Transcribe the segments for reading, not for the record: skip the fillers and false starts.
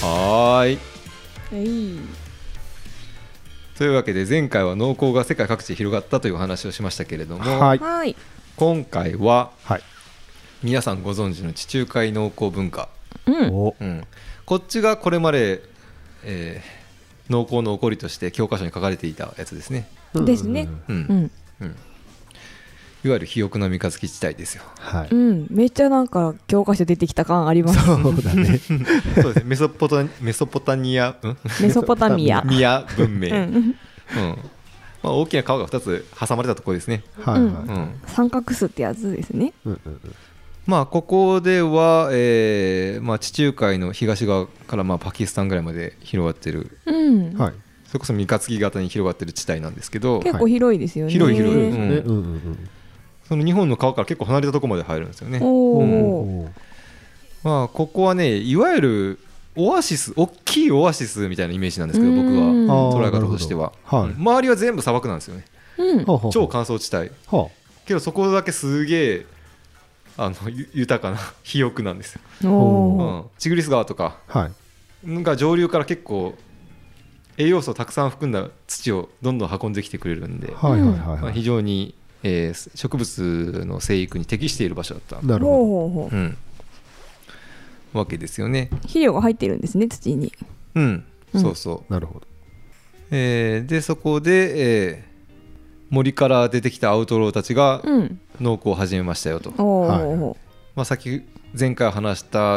はーい。 はいというわけで前回は農耕が世界各地で広がったというお話をしましたけれども、 はいはい今回ははい。 皆さんご存知の地中海農耕文化、 うんおこっちがこれまで、農耕の起こりとして教科書に書かれていたやつですね。 ですねうんうんいわゆる肥沃な三日月地帯ですよ。 はい。 うんめっちゃなんか教科書出てきた感ありますそうだね。 そうですね。メソポタミアミア文明、 うんまあ、大きな川が2つ挟まれたところですね。 はいはい。 三角巣ってやつですねまあここでは、まあ、地中海の東側からまあパキスタンぐらいまで広がってる、 うんはい。 それこそ三日月型に広がってる地帯なんですけど、 結構広いですよね広い広い、その日本の川から結構離れたところまで入るんですよね。 おおまあ、ここはねいわゆるオアシス、大きいオアシスみたいなイメージなんですけど、僕は捉え方としては、 はい。 周りは全部砂漠なんですよね。 うん超乾燥地帯はけどそこだけすげえ豊かな肥沃なんですよ、 おチグリス川とかあ。はい。 が上流から結構栄養素をたくさん含んだ土をどんどん運んできてくれるんで、 はいはいまあ、 はい。 非常に、植物の生育に適している場所だった、 なるほほうほうほうわけですよね。 肥料が入ってるんですね土にそうそう、 ど。なるほど。 でそこで、森から出てきたアウトローたちがうん農耕を始めましたよと、 おはいおまあ、前回話した、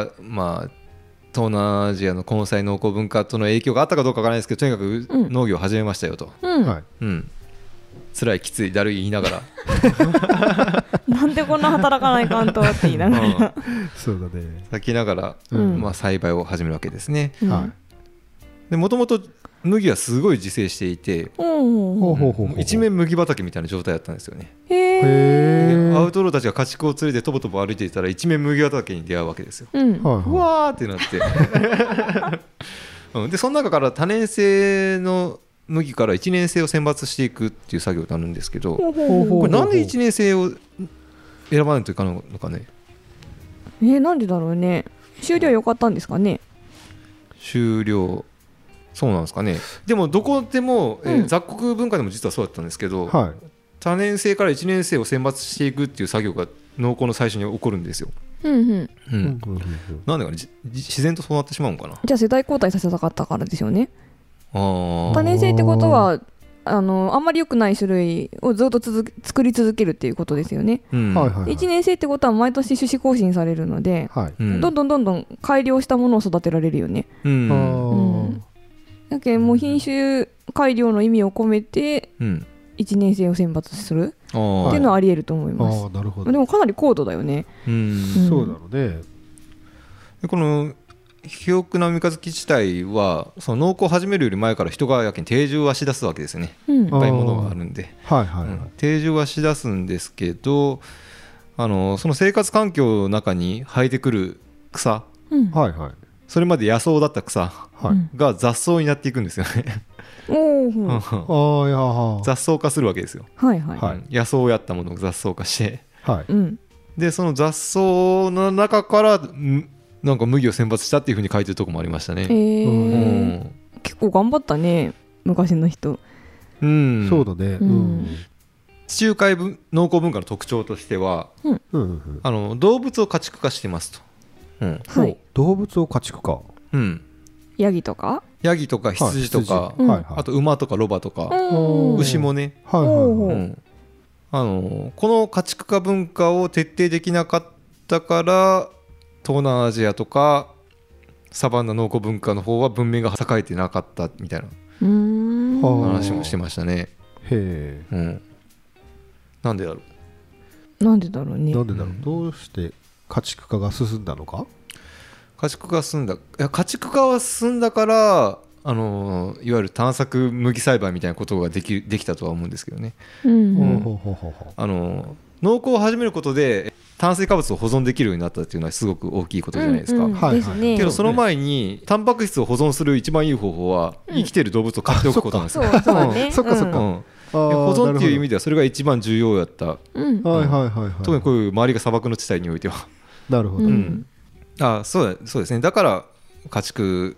まあ、東南アジアの根菜農耕文化との影響があったかどうかわからないですけど、とにかくうん農業を始めましたよと、 うんはい。 辛いきついだるい言いながらなんでこんな働かないかんとって言いながらそうだね。 咲きながら、 うんまあ、栽培を始めるわけですね。 うんはい。 でもともと麦はすごい自生していて、 おおほうほうほうほう。 一面麦畑みたいな状態だったんですよね。 へえへアウトローたちが家畜を連れてとぼとぼ歩いていたら一面麦畑に出会うわけですよ。 うんはいうはわーってなってでその中から多年生の麦から1年生を選抜していくっていう作業になるんですけど、 ほうほうほうこれなんで1年生を選ばないといかないのかね。 なんでだろうね終了良かったんですかね終了そうなんですかね。でもどこでも、雑穀文化でも実はそうだったんですけど、 い。はい。 多年生から1年生を選抜していくっていう作業が農耕の最初に起こるんですよ。 うんうんなんでかね、自然とそうなってしまうのかな。 じゃあ世代交代させたかったからでしょうねあ多年生ってことはあんまり良くない種類をずっと作り続けるっていうことですよねー、 はいはいはい。 1年生ってことは毎年種子更新されるのではい。 どんどん改良したものを育てられるよねうんあうんだけどもう品種改良の意味を込めてうん 1年生を選抜するあーっていうのはありえると思いあ。 ますああ、なるほど。 でもかなり高度だよねうんそうだろうね。 でこの肥沃な三日月地帯はその農耕を始めるより前から人がやけに定住はしだすわけですよね。 うんいっぱいものがあるんで、 はいはいはい。 定住はしだすんですけど、その生活環境の中に生えてくる草、 うんはいはい。 それまで野草だった草はい。 うんが雑草になっていくんですよねおーああ、いやは雑草化するわけですよ。 はいはいはい野草をやったものを雑草化してはい。 うんでその雑草の中からなんか麦を選抜したっていう風に書いてるとこもありましたね。うん結構頑張ったね昔の人うんそうだね。うん。 地中海農耕文化の特徴としてはうん。 動物を家畜化してますと、 はい動物を家畜か。 ヤギとかヤギとか羊とか、 はい羊はいはい。 あと馬とかロバとか、 うん牛もね、 はいはいはい。 この家畜化文化を徹底できなかったから東南アジアとかサバンナ農耕文化の方は文明が栄えてなかったみたいな話もしてましたね。 へえ。 なんでだろなんでだろうねなんでだろう。どうして家畜化が進んだのか。 家畜化進んだ。いや家畜化は進んだからいわゆる探索麦栽培みたいなことができたとは思うんですけどね。 うんほうほうほうほう。 農耕を始めることで炭水化物を保存できるようになったっていうのはすごく大きいことじゃないですか。 はいですねけどその前にタンパク質を保存する一番いい方法は生きてる動物を飼っておくことなんですよ。 そうそうねそっかそっかうん保存っていう意味ではそれが一番重要やった。 うんはいはいはいはい。 特にこういう周りが砂漠の地帯においては。 なるほど。 うんそうですね。だから家畜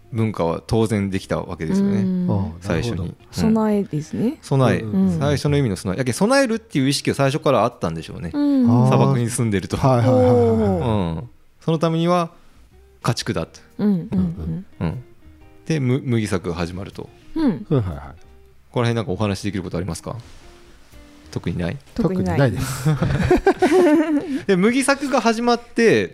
文化は当然できたわけですよね、 うん最初に。 備えですね。 備え、 うん最初の意味の備え、やけ備えるっていう意識が最初からあったんでしょうね、 うんあー砂漠に住んでると、 はいはいはいはいそのためには家畜だと、 うんうんで麦作が始まると。 うんはいはいはい。 この辺なんかお話しできることありますか？特にない。 特にないです。 で麦作が始まって、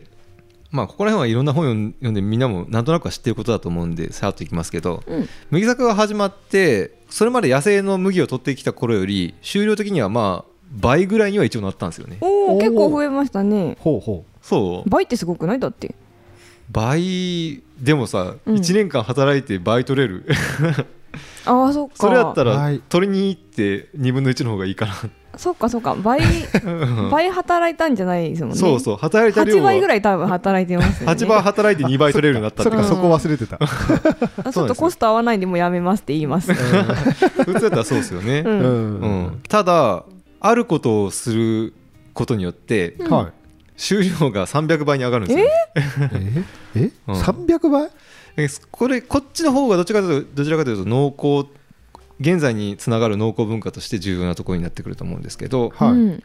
まあここら辺はいろんな本を読んでみんなもなんとなくは知ってることだと思うんでさーっといきますけど、 うん麦作が始まってそれまで野生の麦を取ってきた頃より終了的にはまあ倍ぐらいには一応なったんですよね。 おお、結構増えましたね。 ほうほそう倍ってすごくない？だって倍でもさ、 うん 1年間働いて倍取れるああ、そっか。 それやったらはい取りに行って2分の1の方がいいかなそっかそっか、倍働いたんじゃないですもんね。 そうそう働いた量 8倍ぐはらい多分働いてますよね。 8倍働いて2倍取れるようになったう。そってっか、そこ忘れてた。 ちょっとコスト合わないんでもうやめますって言います。 普通だったらそうですよね、 うんうんただあることをすることによってうんはい。 収量が300倍に上がるんですよ、 えうん 300倍？ こっちの方がどちらかというと農耕現在につながる農耕文化として重要なところになってくると思うんですけど、 はい。 うん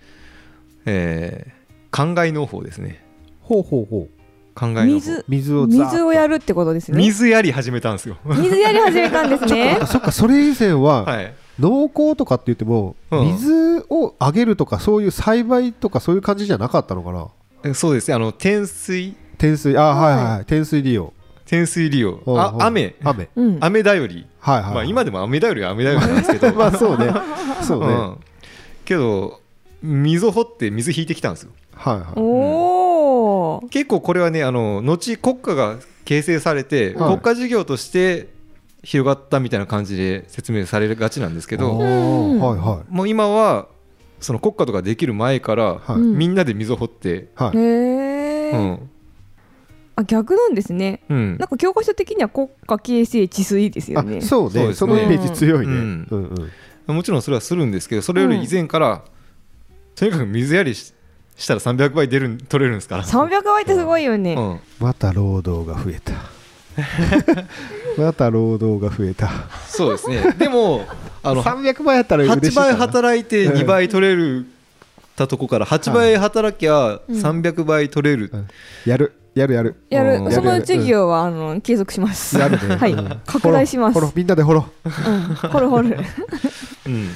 灌漑農法ですね。 ほうほうほう。 灌漑農法水をやるってことですね。 水やり始めたんですよ水やり始めたんですね。 そっか、それ以前ははい農耕とかって言ってもうん水をあげるとかそういう栽培とかそういう感じじゃなかったのかな。 そうですね天水天水、はいはい、天水利用。 利用ほうほう雨うん雨頼り、 はいはい。 まあ、今でも雨頼りは雨頼りなんですけどまあそうね。そうね。 うんけど溝掘って水引いてきたんですよ。 はいはい。 おお。 結構これはね後国家が形成されて、 はい国家事業として広がったみたいな感じで説明されがちなんですけあーど、 はいはもう今はその国家とかできる前から、 いはいうんみんなで溝掘って、 はい。 へうえ。 んあ、逆なんですね。 うんなんか教科書的には国家形成治水ですよね。 あ、そうね。 そうですねそのイメージ強いね。 ううんんうん。 もちろんそれはするんですけど、それより以前から、とにかく水やりしたら300倍取れるんですから。 300倍ってすごいよね。 うんまた労働が増えた。また労働が増えた。 そうですね。でも 300倍やったら嬉し 8 いかな。 倍働いて2倍取れるたとこから8倍働きゃ300倍取れる、 やるやる。 やうんる。その授業は継続します。 やるね。 はいうん拡大しますほろみんなでほろ。 掘る掘る。 うん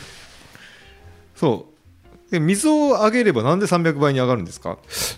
そうで水をあげればなんで300倍に上がるんですか？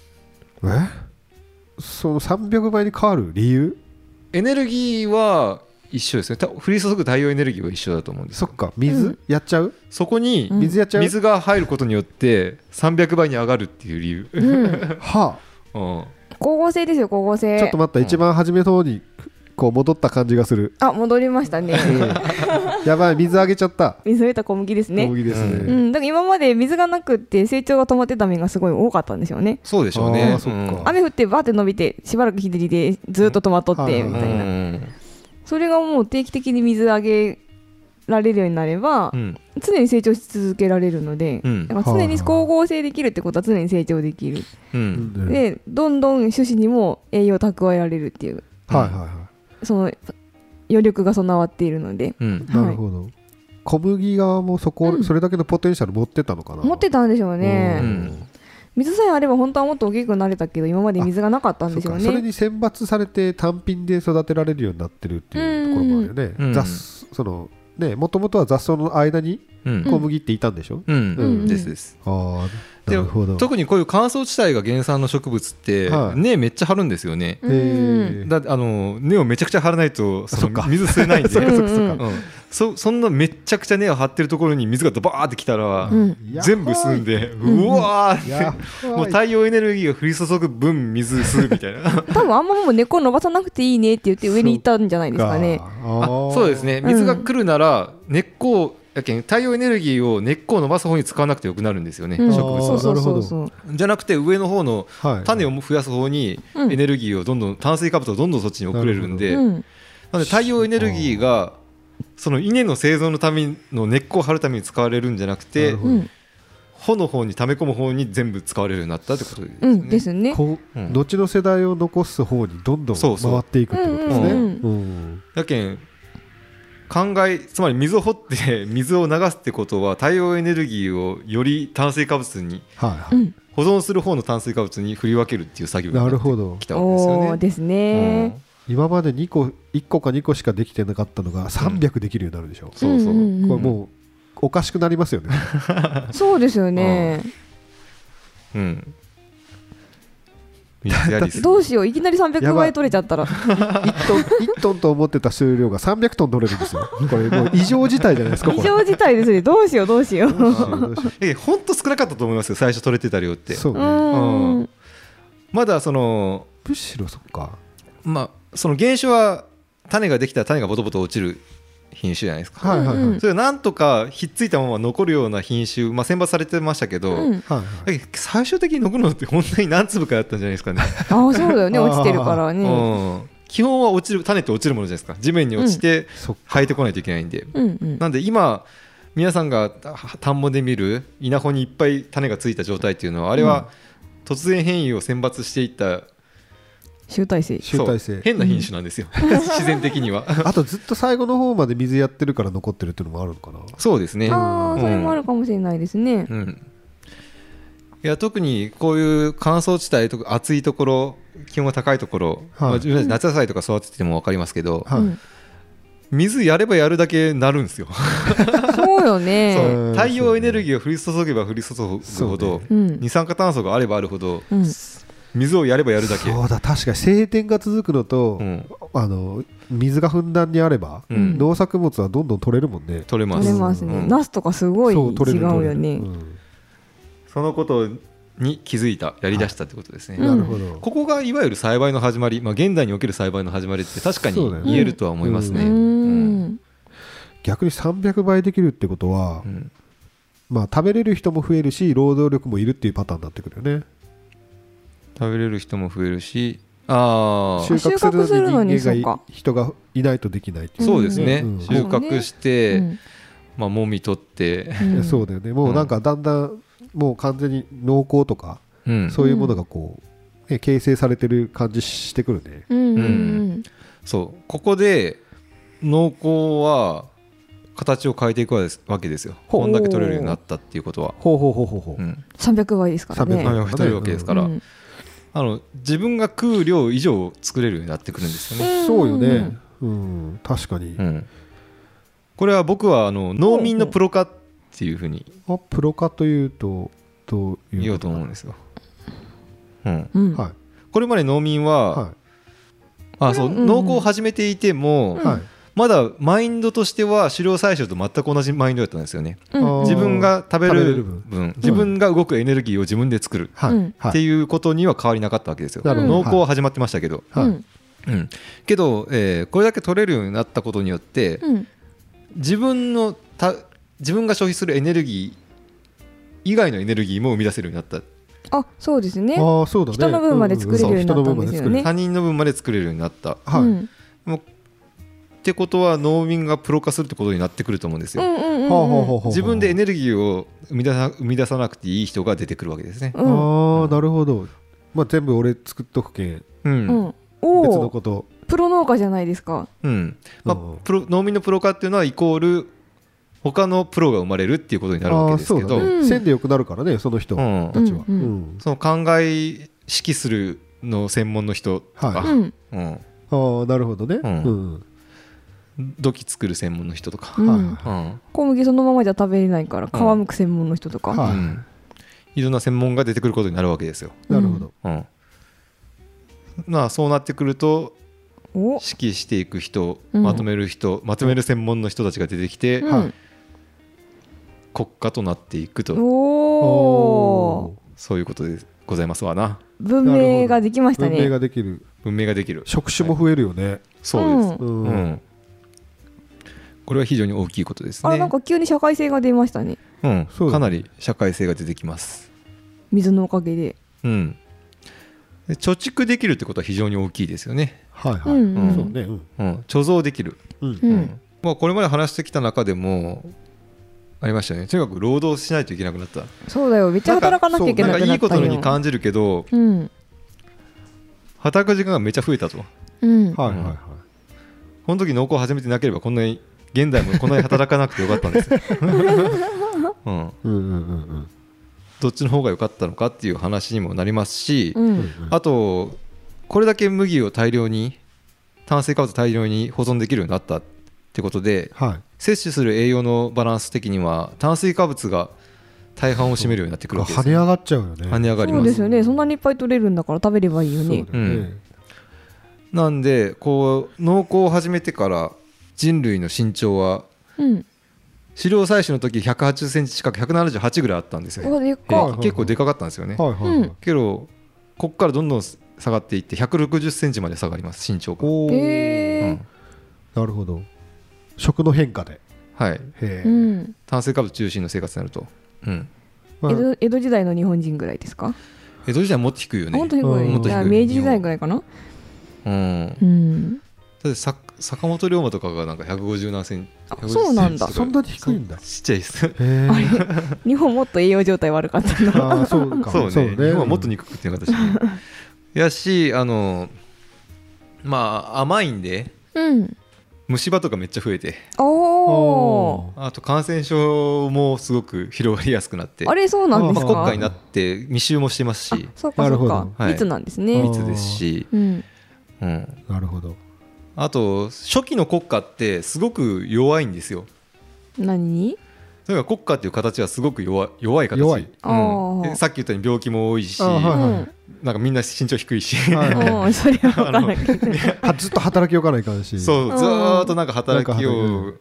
その300倍に変わる理由？ エネルギーは一緒ですね。降り注ぐ太陽エネルギーは一緒だと思うんですよ。 そっか、水やっちゃう？ そこにうん水やっちゃう？ 水が入ることによって300倍に上がるっていう理由、 うん。 はうん光合成ですよ、光合あ。 成。 ちょっと待った、一番初めの方にこう戻った感じがする。 あ、戻りましたね。 やばい、水あげちゃった。 水を得た小麦です小ね。 麦ですね。 うん、だから今まで水がなくって成長が止まってた芽がすごい多かったんでしょうね。 そうでしょうあねーそっか雨降ってバーって伸びてしばらく日照りでずっと止まっとっはいはいてみたいな、 うんそれがもう定期的に水あげられるようになれば、 うん常に成長し続けられるので、 うんだから常に光合成できるってことは常に成長できる、 うんでどんどん種子にも栄養を蓄えられるっていうはいはいはその余力が備わっているので、 うんい。なるほど。小麦側もうんそれだけのポテンシャル持ってたのかな。 持ってたんでしょうね、 うん水さえあれば本当はもっと大きくなれたけど今まで水がなかったんでしょうね。 それに選抜されて単品で育てられるようになってるっていうところもあるよね。 うんそのね、もともとは雑草の間にうん小麦っていたんでしょ。 うんうんですですああ、 でなるほど。 特にこういう乾燥地帯が原産の植物ってはい根めっちゃ張るんですよね。 うんへーだ根をめちゃくちゃ張らないとそそっかの水吸えないんでそっかそっかそっかうんそんなめちゃくちゃ根を張ってるところに水がドバーってきたらうん全部吸うんでんうわーやってもう太陽エネルギーが降り注ぐ分水吸うみたいな多分あんまもう根っこ伸ばさなくていいねって言って上に行ったんじゃないですかね。 あそうですね水が来るなら根っこやけん太陽エネルギーを根っこを伸ばす方に使わなくてよくなるんですよね、 うん植物はそうそうそうそう。 じゃなくて上の方のはい種を増やす方にうんエネルギーをどんどん炭水化物をどんどんそっちに送れるんで、 うんなので太陽エネルギーがその稲の生存のための根っこを張るために使われるんじゃなくてなるほどうん穂の方に溜め込む方に全部使われるようになったってことですね。 うんですね。 こう、 うん後の世代を残す方にどんどん回そうそうっていくってことですね。 うんうんやけんつまり水を掘って水を流すってことは太陽エネルギーをより炭水化物にはいはい、 うん保存する方の炭水化物に振り分けるっていう作業にななってるほど。 きたわけですよね。 おーですね。 今まで2個1個か2個しかできてなかったのが300できるようになるでしょ、 そうそう、 んんんこれもうおかしくなりますよね。 そうですよね。 うん水やりするどうしよう、いきなり300倍取れちゃったら。 1トンと思ってた数量が300トン取れるんですよ。これもう異常事態じゃないですか。これ異常事態ですね。どうしようどうしよう。 どうしようどうしよほんと少なかったと思いますよ、最初取れてた量ってうそうね。 うんまだそのむしろそっか。 その原種は種ができたら種がボトボト落ちる品種じゃないですか。 はいはいはい、 うんそれをなんとかひっついたまま残るような品種、選抜されてましたけど、 うんはいはいだけど最終的に残るのって本当に何粒かだったんじゃないですかね。 ああそうだよね、落ちてるからね。 うん基本は落ちる、種って落ちるものじゃないですか。地面に落ちてそっか生えてこないといけないんで、 うんうんなんで今皆さんが田んぼで見る稲穂にいっぱい種がついた状態っていうのは、あれは突然変異を選抜していった集大成。 集大成そう変な品種なんですよ、自然的には。 あとずっと最後の方まで水やってるから残ってるっていうのもあるのかな。 そうですね。 ああそれもあるかもしれないですね。 うん、いや特にこういう乾燥地帯とか暑いところ、気温が高いところ、 はい自分たち夏野菜とか育ててても分かりますけど、 はいうん水やればやるだけなるんですよ。 そうよそね。 う太陽エネルギーを降り注げば降り注ぐほど、 うん二酸化炭素があればあるほどうん水をやればやるだけ。 そうだ、確かに晴天が続くのと、 うん水がふんだんにあれば、 うん農作物はどんどん取れるもんね。 取れます。 取れますね。 うんナスとかすごい違そう取れるう取れるよね。 そのことに気づいた、やりだしたってことですね。 うんなるほど。 ここがいわゆる栽培の始まり、現代における栽培の始まりって確かにそうだよね言えるとは思いますね。 ううんん逆に300倍できるってことは、 うん食べれる人も増えるし労働力もいるっていうパターンになってくるよね。 食べれる人も増えるし、あ収穫するのに人間が収穫するのにそうか人がいないとできないっていう。 そうですね、 うん収穫して、 うんもみ取って、 うんそうだよね。もうなんかだんだんもう完全に農耕とか、 うんそういうものがこう、形成されてる感じしてくるね。 うんうんそうここで農耕は形を変えていくわけですよ。 ほうこんだけ取れるようになったっていうことは、 ほうほうほうほうほう。 うん 300倍ですからね。 300倍取れるわけですから、 うん自分が食う量以上作れるようになってくるんですよね。 そうよね。うん、確かに。 うんこれは僕は農民のプロ化っていうふうにプロ化というとどういう言おうことと思うんですよ。うんうんはいこれまで農民は、 はそうこれうん農耕を始めていても、 いはい。 まだマインドとしては狩猟採集と全く同じマインドだったんですよね。 うんあー自分が食べ食べれるる分分、自分が動くエネルギーを自分で作るはいうんはい。 っていうことには変わりなかったわけですよ。 なるほど農耕は始まってましたけど、 はいうんけど、これだけ取れるようになったことによって、 うん自分が消費するエネルギー以外のエネルギーも生み出せるようになった。 あそうですね。 ああそうだね。 人の分まで作れるようになったんですよねそう人の分まで作れる他人の分まで作れるようになった。 はい。 うんってことは農民がプロ化するってことになってくると思うんですよ。 うんうんうんうんほうほうほうほうほう。 自分でエネルギーを生み出さなくていい人が出てくるわけですね。 うんああなるほど。全部俺作っとくけんうんうん別おおのこと。 プロ農家じゃないですか。 うんうん農民のプロ化っていうのはイコール他のプロが生まれるっていうことになるわけですけど、 あーそうだね。 うん線でよくなるからねその人うんたちは。 うんうんその考え指揮するの専門の人とか、 はうんうんああなるほどね。 うんうん土器作る専門の人とか、 うんはいうん小麦そのままじゃ食べれないから皮むく専門の人とか。 はいうんいろんな専門が出てくることになるわけですよ。 なるほど。 そうなってくるとお指揮していく人、 うんまとめる専門の人たちが出てきて、 うんはい国家となっていくと、 おーそういうことでございますわな。 文明ができました文明ね。 ができる。 文明ができる。 職種も増えるよね。 そうです、 うんうんこれは非常に大きいことですね。 あなんか急に社会性が出ましたね。 そうだねかなり社会性が出てきます。 水のおかげで。 うんで貯蓄できるってことは非常に大きいですよね。 はいはい。 うんうんそうね。 貯蔵できる、 うんうんこれまで話してきた中でもありましたね。とにかく労働しないといけなくなった。 そうだよ、めっちゃ働かなきゃいけなくなったよ。 なんかいいことのように感じるけど、 うん、 働く時間がめっちゃ増えたと。 うん、 はいはいはい。 この時農耕を始めてなければこんなに現代もこんなに働かなくてよかったんですよ、どっちの方が良かったのかっていう話にもなりますし、あとこれだけ麦を大量に炭水化物大量に保存できるようになったってことで、摂取する栄養のバランス的には炭水化物が大半を占めるようになってくるわけです。 跳ね上がっちゃうよね。 跳ね上がります。 そうですよね。そんなにいっぱい取れるんだから食べればいいよね。 なんでこう農耕を始めてから人類の身長は、狩猟採取の時180センチ近く178ぐらいあったんですよ。 でっか結構でかかったんですよね。けどここからどんどん下がっていって160センチまで下がります、身長が。 なるほど。食の変化で、 はい、炭水化物中心の生活になると、 江戸時代の日本人ぐらいですか？ 江戸時代もっと低いよね。 もっと低い。じゃあ明治時代ぐらいかな。 だって坂本龍馬とかがなんか150何センチ。 そうなんだ。 そんなに低いんだ。 ちっちゃいです。 あれ日本もっと栄養状態悪かったんだ。 そうか。 そうね。日本はもっと憎くっていう形やし、まあ甘いんで、虫歯とかめっちゃ増えて、あと感染症もすごく広がりやすくなって、 あれそうなんですか？ 密国家になって密集もしてますし、 そうかそうか、密なんですね。 密ですし、 なるほど。 あと初期の国家ってすごく弱いんですよ。 何に？ それが国家っていう形はすごく弱い形。さっき言ったように病気も多いし、なんかみんな身長低いし、それは分からないずっと働きよかないかんし、 そうずーっとなんか働きを、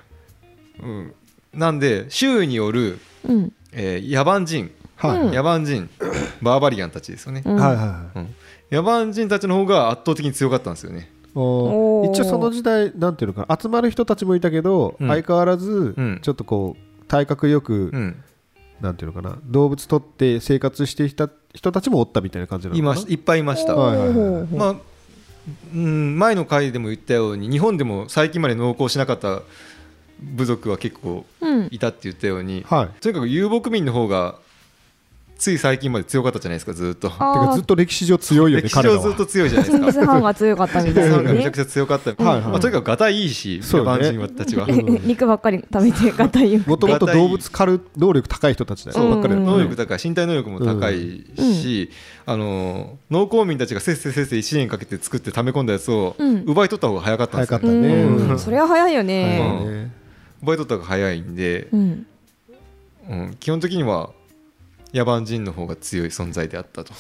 なんで周囲による野蛮人、バーバリアンたちですよね。野蛮人たちの方が圧倒的に強かったんですよね。 一応その時代なんていうのかな、集まる人たちもいたけど、相変わらずちょっとこう体格よく、なんていうのかな、動物取って生活してきた人たちもおったみたいな感じなのかな。 いっぱいいました。まあ前の回でも言ったように日本でも最近まで農耕しなかった部族は結構いたって言ったように、とにかく遊牧民の方がつい最近まで強かったじゃないですか、ずっと。てかずっと歴史上強いよね。 歴史上ずっと強いじゃないですか。 チンギス・ハンが強かったみたいなね。 めちゃくちゃ強かった。とにかくガタイいいし、野蛮人たちは肉ばっかり食べてガタイ。 もともと動物狩る能力高い人たちだよ。 能力高い、身体能力も高いし、農耕民たちがせっせ1年かけて作って溜め込んだやつを奪い取った方が早かったんですよ。 それは早いよね。 奪い取った方が早いんで、基本的には野蛮人の方が強い存在であったと。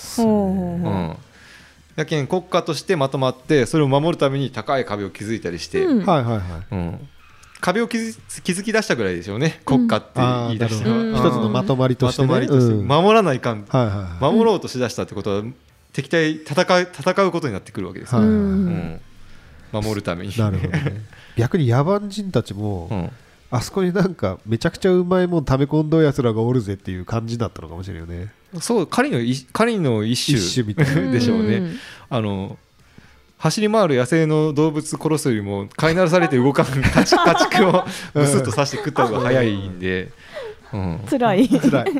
やけん国家としてまとまってそれを守るために高い壁を築いたりして、壁を築き出したぐらいでしょうね、国家って言い出したのは。 一つのまとまりとして守らないかん、守ろうとしだしたってことは敵対戦うことになってくるわけですよ、守るために。 なるほどね。逆に野蛮人たちもあそこになんかめちゃくちゃうまいもん溜め込んどうやつらがおるぜっていう感じだったのかもしれないよね。 そう、狩りの一種みたいなでしょうね。走り回る野生の動物殺すよりも飼いならされて動かん家畜をブスッと刺して食った方が早いんで、 つらい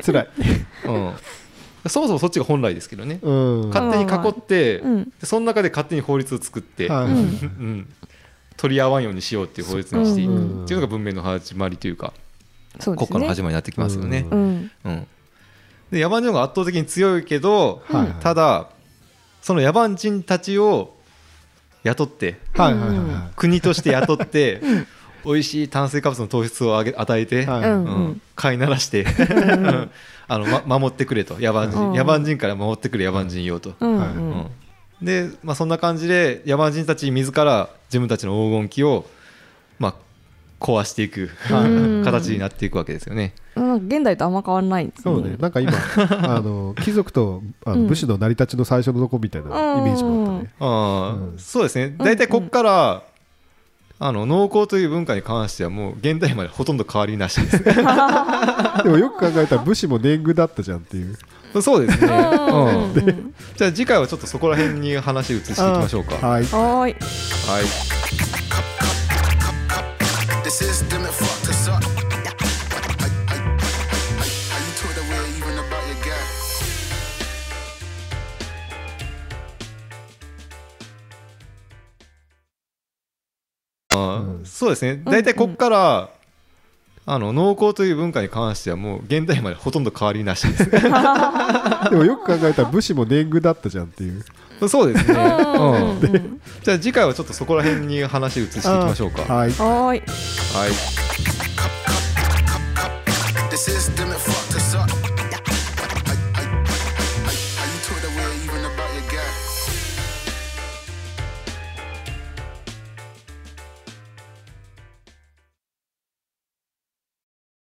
そもそもそっちが本来ですけどね。勝手に囲って、その中で勝手に法律を作って取り合わんようにしようっていう法律にしていくっていうのが文明の始まりというか、国家の始まりになってきますよね。で野蛮人が圧倒的に強いけど、ただその野蛮人たちを雇って、国として雇って美味しい炭水化物の糖質を与えて、飼いならして守ってくれと、野蛮人から守ってくれ野蛮人用と。でそんな感じで野蛮人たち自ら自分たちの黄金期を壊していく形になっていくわけですよね。 現代とあんま変わらないんですね。 そうね、なんか今貴族と武士の成り立ちの最初のとこみたいなイメージもあったね。 そうですね。大体ここから農耕という文化に関してはもう現代までほとんど変わりなしです。でもよく考えたら武士も年貢だったじゃんっていう。 そうですね。じゃあ次回はちょっとそこら辺に話移していきましょうか。 はい。 はい。 そうですね。大体ここから、農耕という文化に関してはもう現代までほとんど変わりなしですね。 でもよく考えたら武士も年貢だったじゃんっていう。 そうですね。じゃあ次回はちょっとそこら辺に話移していきましょうか。 はい。 はい。